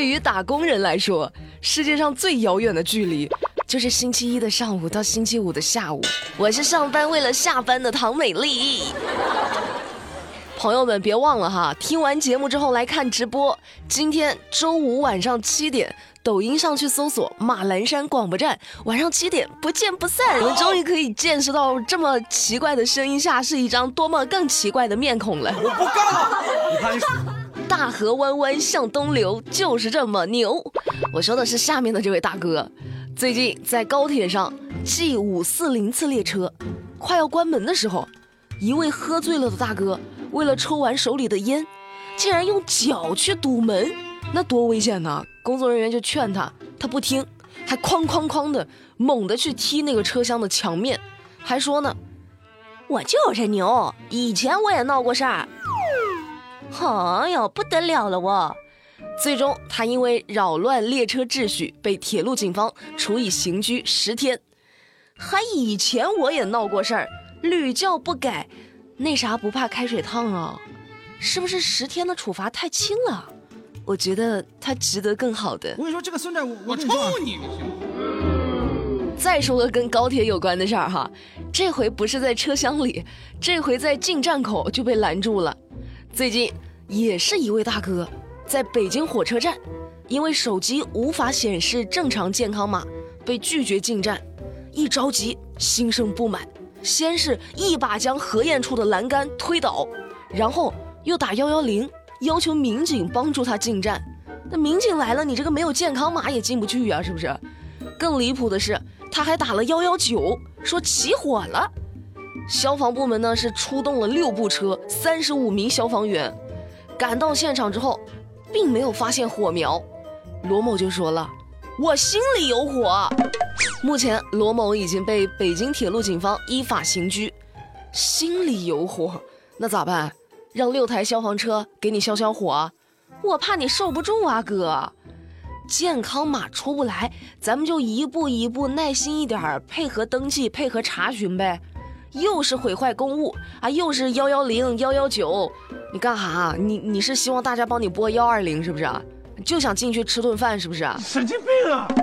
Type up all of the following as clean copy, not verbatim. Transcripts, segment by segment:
对于打工人来说，世界上最遥远的距离就是星期一的上午到星期五的下午。我是上班为了下班的唐美丽。朋友们别忘了哈，听完节目之后来看直播。今天周五晚上7点，抖音上去搜索马栏山广播站，晚上7点不见不散。我们终于可以见识到这么奇怪的声音下是一张多么更奇怪的面孔了。 我不干了，你看大河弯弯向东流，就是这么牛。我说的是下面的这位大哥，最近在高铁上 G540次列车快要关门的时候，一位喝醉了的大哥为了抽完手里的烟，竟然用脚去堵门，那多危险呢！工作人员就劝他，他不听，还哐哐哐的猛地去踢那个车厢的墙面，还说呢，我就是牛，以前我也闹过事儿。哎呀，不得了了我！最终他因为扰乱列车秩序被铁路警方处以刑拘10天。还以前我也闹过事儿，屡教不改，那啥不怕开水烫啊？是不是10天的处罚太轻了？我觉得他值得更好的。 我跟你说，这个孙子我抽你！ 再说个跟高铁有关的事儿哈，这回不是在车厢里，这回在进站口就被拦住了。最近也是一位大哥在北京火车站，因为手机无法显示正常健康码，被拒绝进站。一着急，心生不满，先是一把将核验处的栏杆推倒，然后又打110，要求民警帮助他进站。那民警来了，你这个没有健康码也进不去啊，是不是？更离谱的是，他还打了119，说起火了。消防部门呢是出动了6部车，35名消防员，赶到现场之后，并没有发现火苗。罗某就说了，我心里有火。目前罗某已经被北京铁路警方依法刑拘。心里有火，那咋办？让6台消防车给你消消火啊？我怕你受不住啊，哥。健康码出不来，咱们就一步一步耐心一点，配合登记，配合查询呗。又是毁坏公物啊，又是110、119，你干哈？你是希望大家帮你拨120是不是啊？就想进去吃顿饭是不是啊？ 神经病啊！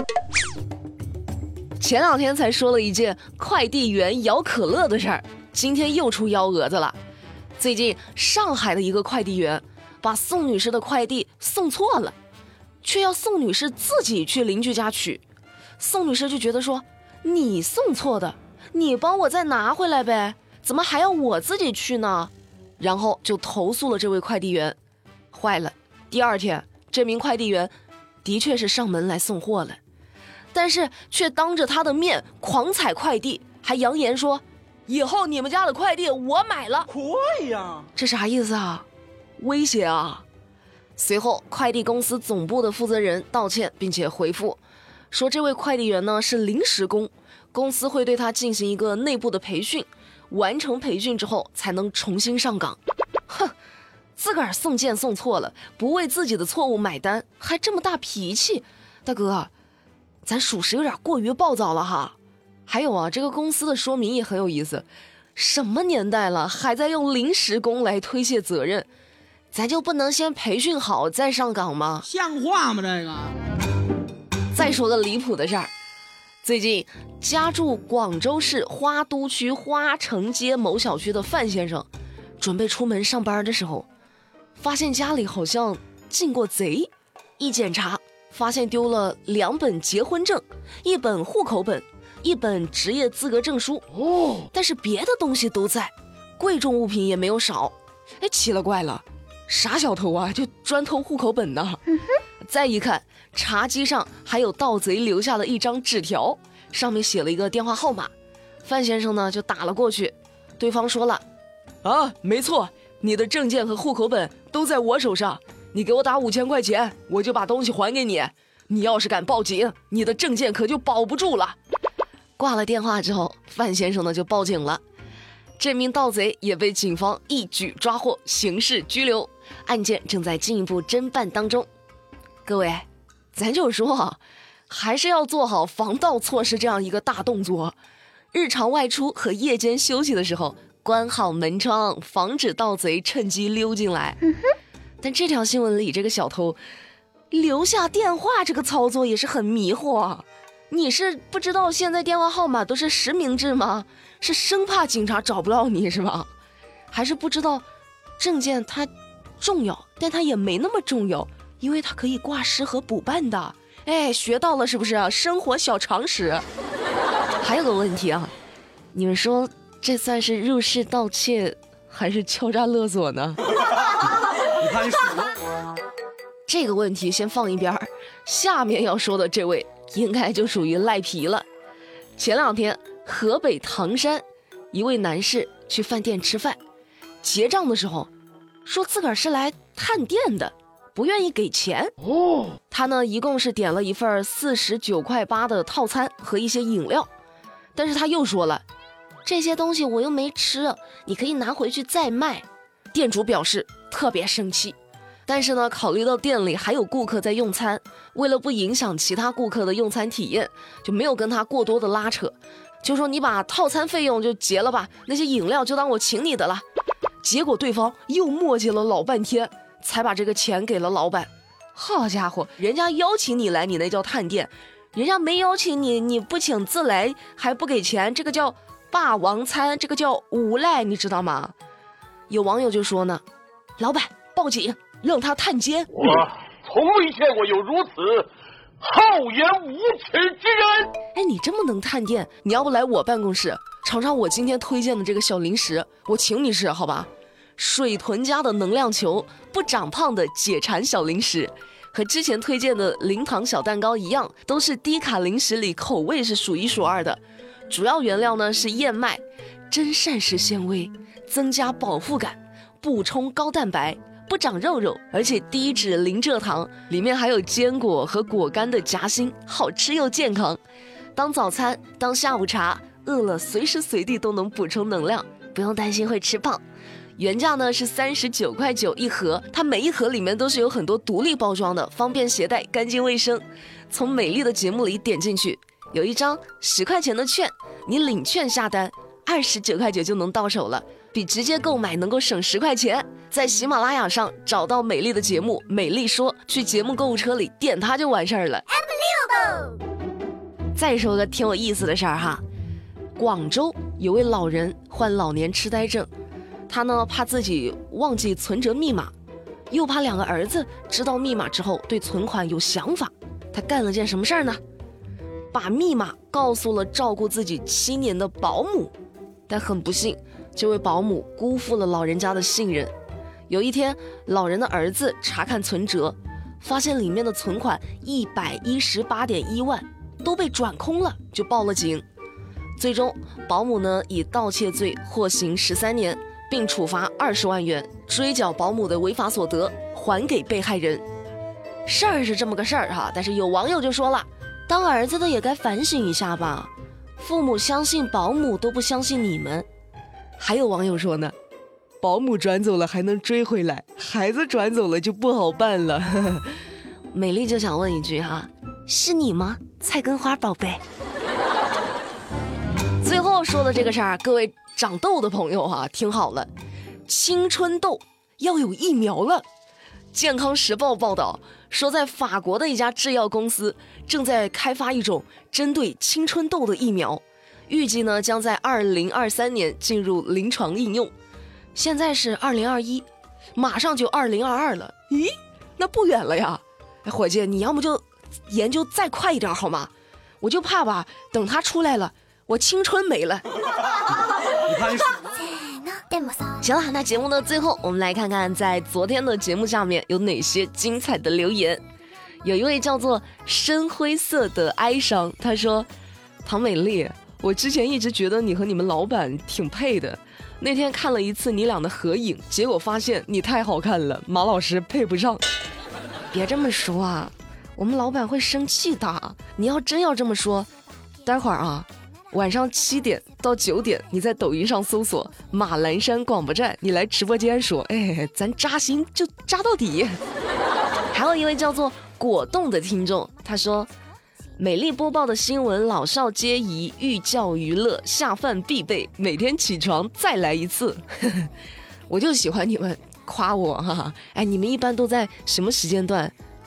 前2天才说了一件快递员摇可乐的事儿，今天又出幺蛾子了。最近上海的一个快递员把宋女士的快递送错了，却要宋女士自己去邻居家取。宋女士就觉得说，你送错的，你帮我再拿回来呗，怎么还要我自己去呢？然后就投诉了这位快递员。坏了，第2天这名快递员的确是上门来送货了，但是却当着他的面狂踩快递，还扬言说，以后你们家的快递我买了。 快呀！ 这啥意思啊？威胁啊！随后快递公司总部的负责人道歉，并且回复说，这位快递员呢是临时工，公司会对他进行一个内部的培训，完成培训之后才能重新上岗。哼，自个儿送件送错了，不为自己的错误买单，还这么大脾气，大哥，咱属实有点过于暴躁了哈。还有啊，这个公司的说明也很有意思，什么年代了，还在用临时工来推卸责任，咱就不能先培训好再上岗吗？ 像话吗这个？ 再说个离谱的事儿，最近家住广州市花都区花城街某小区的范先生，准备出门上班的时候，发现家里好像进过贼，一检查发现丢了2本结婚证、1本户口本、1本职业资格证书，但是别的东西都在，贵重物品也没有少。哎，奇了怪了，啥小偷啊，就专偷户口本呢？再一看，茶几上还有盗贼留下了一张纸条，上面写了一个电话号码。范先生呢就打了过去，对方说了，啊，没错，你的证件和户口本都在我手上，你给我打5000块钱，我就把东西还给你。你要是敢报警，你的证件可就保不住了。挂了电话之后，范先生呢就报警了，这名盗贼也被警方一举抓获，刑事拘留，案件正在进一步侦办当中。各位，咱就说还是要做好防盗措施这样一个大动作，日常外出和夜间休息的时候关好门窗，防止盗贼趁机溜进来。但这条新闻里这个小偷留下电话这个操作也是很迷惑。你是不知道现在电话号码都是实名制吗？是生怕警察找不到你是吧？还是不知道证件它重要，但它也没那么重要，因为它可以挂失和补办的。哎，学到了是不是啊？生活小常识。还有个问题啊，你们说这算是入室盗窃还是敲诈勒索呢？ 你看你死了。 这个问题先放一边，下面要说的这位应该就属于赖皮了。前2天，河北唐山一位男士去饭店吃饭，结账的时候说自个儿是来探店的，不愿意给钱。他呢一共是点了一份49.8块的套餐和一些饮料，但是他又说了，这些东西我又没吃，你可以拿回去再卖。店主表示特别生气，但是呢，考虑到店里还有顾客在用餐，为了不影响其他顾客的用餐体验，就没有跟他过多的拉扯，就说你把套餐费用就结了吧，那些饮料就当我请你的了。结果对方又磨叽了老半天，才把这个钱给了老板。好家伙，人家邀请你来，你那叫探店；人家没邀请你，你不请自来还不给钱，这个叫霸王餐，这个叫无赖，你知道吗？有网友就说呢，老板报警，让他探监。 我从未见过有如此厚颜无耻之人。 哎，你这么能探店，你要不来我办公室尝尝我今天推荐的这个小零食，我请你吃好吧？水豚家的能量球，不长胖的解馋小零食，和之前推荐的零糖小蛋糕一样，都是低卡零食里口味是数1数2的。主要原料呢是燕麦，真膳食纤维，增加饱腹感，补充高蛋白，不长肉肉，而且低脂零蔗糖，里面还有坚果和果干的夹心，好吃又健康。当早餐，当下午茶，饿了随时随地都能补充能量，不用担心会吃胖。原价呢是39.9块一盒，它每一盒里面都是有很多独立包装的，方便携带，干净卫生。从美丽的节目里点进去，有一张10块钱的券，你领券下单29.9块就能到手了，比直接购买能够省10块钱。在喜马拉雅上找到美丽的节目美丽说，去节目购物车里点它就完事儿了。再说个挺有意思的事儿哈，广州有位老人患老年痴呆症，他呢怕自己忘记存折密码，又怕2个儿子知道密码之后对存款有想法，他干了件什么事儿呢？把密码告诉了照顾自己7年的保姆，但很不幸，这位保姆辜负了老人家的信任。有一天，老人的儿子查看存折，发现里面的存款118.1万都被转空了，就报了警。最终，保姆呢以盗窃罪获刑13年，并处罚20万元，追缴保姆的违法所得，还给被害人。事儿是这么个事儿哈，但是有网友就说了，当儿子的也该反省一下吧，父母相信保姆都不相信你们。还有网友说呢，保姆转走了还能追回来，孩子转走了就不好办了。美丽就想问一句哈，是你吗，菜根花宝贝？最后说的这个事儿，各位长痘的朋友哈，听好了，青春痘要有疫苗了。健康时报报道说，在法国的一家制药公司正在开发一种针对青春痘的疫苗，预计呢将在2023年进入临床应用。现在是2021，马上就2022了，咦，那不远了呀。伙计，你要么就研究再快一点好吗？我就怕吧，等它出来了，我青春没了。 你看你死了。 行了，那节目的最后，我们来看看在昨天的节目下面有哪些精彩的留言。有一位叫做深灰色的哀伤，他说，唐美丽，我之前一直觉得你和你们老板挺配的，那天看了一次你俩的合影，结果发现你太好看了，马老师配不上。别这么说啊，我们老板会生气的。你要真要这么说，待会儿啊，晚上7点到9点，你在抖音上搜索马栏山广播站，你来直播间说，哎，咱扎心就扎到底。还有一位叫做果冻的听众，他说，美丽播报的新闻老少皆宜，寓教于乐，下饭必备，每天起床再来一次。我就喜欢你们夸我哈，哎，你们一般都在什么时间段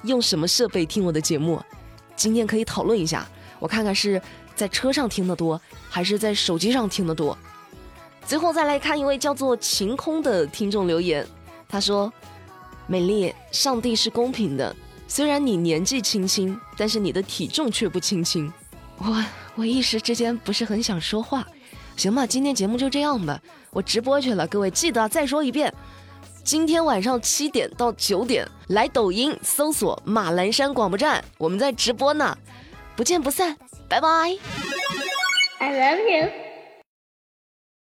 用什么设备听我的节目？今天可以讨论一下，我看看是在车上听得多，还是在手机上听得多。最后再来看一位叫做晴空的听众留言，他说：美丽，上帝是公平的，虽然你年纪轻轻，但是你的体重却不轻轻。我一时之间不是很想说话。行吧，今天节目就这样吧，我直播去了，各位记得再说一遍，今天晚上7点到9点来抖音搜索马栏山广播站，我们在直播呢，不见不散，拜拜。 I love you.